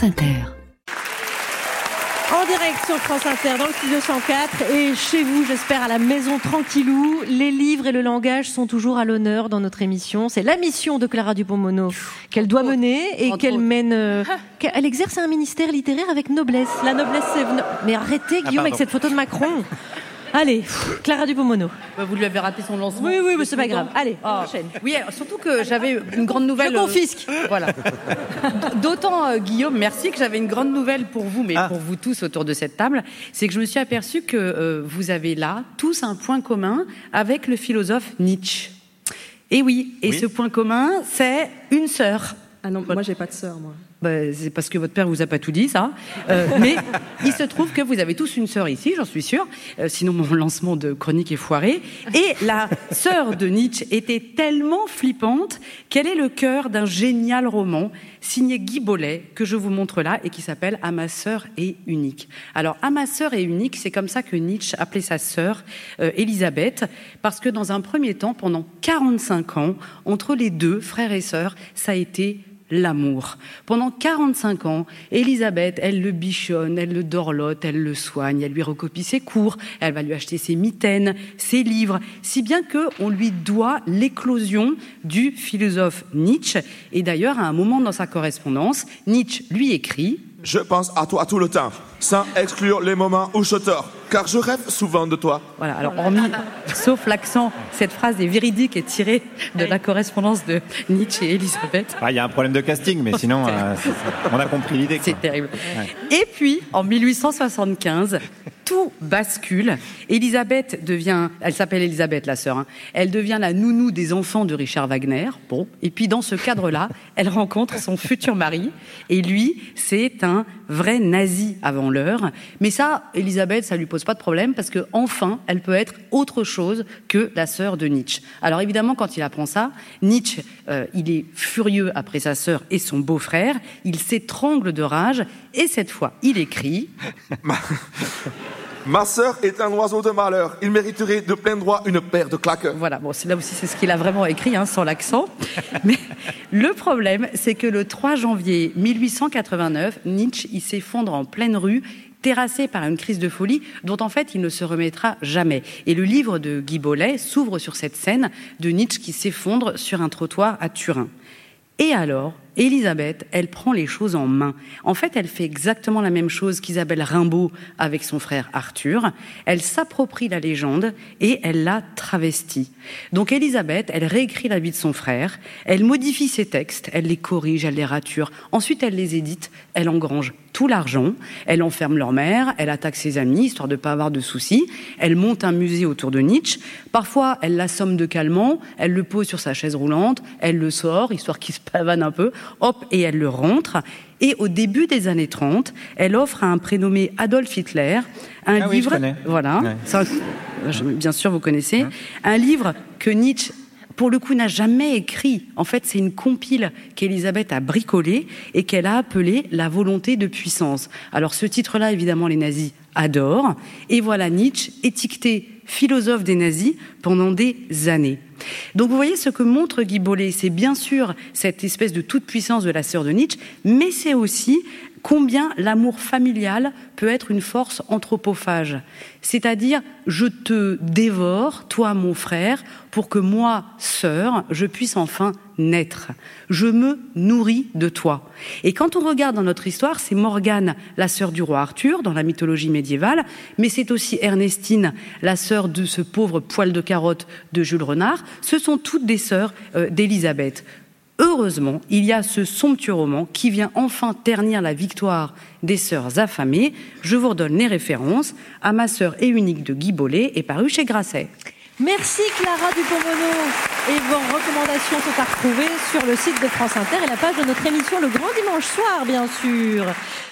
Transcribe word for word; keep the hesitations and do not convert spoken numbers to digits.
France Inter. En direct sur France Inter, dans le studio cent quatre et chez vous, j'espère, à la maison tranquillou. Les livres et le langage sont toujours à l'honneur dans notre émission. C'est la mission de Clara Dupont-Mono qu'elle doit mener et qu'elle mène... Euh, elle exerce un ministère littéraire avec noblesse. La noblesse, c'est... Mais arrêtez, Guillaume, ah, avec cette photo de Macron. Allez, Clara Dupont-Mono. Vous lui avez raté son lancement. Oui, oui, mais c'est pas grave. Allez, oh. Prochaine. Oui, surtout que j'avais une grande nouvelle. Je confisque. Euh, voilà. D'autant, euh, Guillaume, merci, que j'avais une grande nouvelle pour vous, mais ah. pour vous tous autour de cette table. C'est que je me suis aperçue que euh, vous avez là tous un point commun avec le philosophe Nietzsche. Et oui, et oui. ce point commun, c'est une sœur. Ah non, moi j'ai pas de sœur, moi. Bah, c'est parce que votre père vous a pas tout dit, ça. Euh, mais il se trouve que vous avez tous une sœur ici, j'en suis sûre. Euh, sinon, mon lancement de chronique est foiré. Et la sœur de Nietzsche était tellement flippante qu'elle est le cœur d'un génial roman signé Guy Bollet, que je vous montre là, et qui s'appelle « À ma sœur est unique ». Alors, « À ma sœur est unique », c'est comme ça que Nietzsche appelait sa sœur, euh, Élisabeth, parce que dans un premier temps, pendant quarante-cinq ans, entre les deux, frères et sœurs, ça a été l'amour. Pendant quarante-cinq ans, Élisabeth, elle le bichonne, elle le dorlote, elle le soigne, elle lui recopie ses cours, elle va lui acheter ses mitaines, ses livres, si bien qu'on lui doit l'éclosion du philosophe Nietzsche. Et d'ailleurs, à un moment dans sa correspondance, Nietzsche lui écrit « Je pense à toi tout le temps, sans exclure les moments où je dors, car je rêve souvent de toi. » Voilà, alors hormis, sauf l'accent, cette phrase est véridique et tirée de la correspondance de Nietzsche et Élisabeth. Il ah, y a un problème de casting, mais sinon, euh, on a compris l'idée. Quoi. C'est terrible. Ouais. Et puis, en mille huit cent soixante-quinze, tout bascule. Élisabeth devient, elle s'appelle Élisabeth, la sœur, hein. Elle devient la nounou des enfants de Richard Wagner. Bon, et puis dans ce cadre-là, elle rencontre son futur mari, et lui, c'est un vrai nazi avant l'heure. Mais ça, Élisabeth, ça lui pose pas de problème parce que enfin, elle peut être autre chose que la sœur de Nietzsche. Alors évidemment, quand il apprend ça, Nietzsche, euh, il est furieux après sa sœur et son beau-frère. Il s'étrangle de rage et cette fois, il écrit. Ma sœur est un oiseau de malheur. Il mériterait de plein droit une paire de claques. Voilà, bon, c'est là aussi, c'est ce qu'il a vraiment écrit, hein, sans l'accent. Mais le problème, c'est que le trois janvier mille huit cent quatre-vingt-neuf, Nietzsche, il s'effondre en pleine rue, terrassé par une crise de folie dont en fait il ne se remettra jamais. Et le livre de Guy Bollet s'ouvre sur cette scène de Nietzsche qui s'effondre sur un trottoir à Turin. Et alors, Élisabeth, elle prend les choses en main. En fait, elle fait exactement la même chose qu'Isabelle Rimbaud avec son frère Arthur. Elle s'approprie la légende et elle la travestit. Donc Élisabeth, elle réécrit la vie de son frère, elle modifie ses textes, elle les corrige, elle les rature. Ensuite, elle les édite, elle engrange tout l'argent, elle enferme leur mère, elle attaque ses amis, histoire de ne pas avoir de soucis. Elle monte un musée autour de Nietzsche. Parfois, elle l'assomme de calmant, elle le pose sur sa chaise roulante, elle le sort, histoire qu'il se pavane un peu. Hop, et elle le rentre. Et au début des années trente, elle offre à un prénommé Adolf Hitler un ah livre, oui, voilà, ouais. ça, bien sûr vous connaissez, ouais. Un livre que Nietzsche, pour le coup, n'a jamais écrit. En fait, c'est une compile qu'Élisabeth a bricolée et qu'elle a appelée La volonté de puissance. Alors, ce titre-là, évidemment, les nazis adorent. Et voilà Nietzsche étiqueté philosophe des nazis pendant des années. Donc vous voyez ce que montre Guy Bollet, c'est bien sûr cette espèce de toute-puissance de la sœur de Nietzsche, mais c'est aussi combien l'amour familial peut être une force anthropophage. C'est-à-dire, je te dévore, toi mon frère, pour que moi, sœur, je puisse enfin naître. Je me nourris de toi. Et quand on regarde dans notre histoire, c'est Morgane, la sœur du roi Arthur, dans la mythologie médiévale, mais c'est aussi Ernestine, la sœur de ce pauvre poil de carotte de Jules Renard. Ce sont toutes des sœurs euh, d'Élisabeth. Heureusement, il y a ce somptueux roman qui vient enfin ternir la victoire des sœurs affamées. Je vous redonne les références. À ma sœur et unique de Guy Bollet est paru chez Grasset. Merci Clara Dupont-Mono. Et vos recommandations sont à retrouver sur le site de France Inter et la page de notre émission Le Grand Dimanche Soir, bien sûr.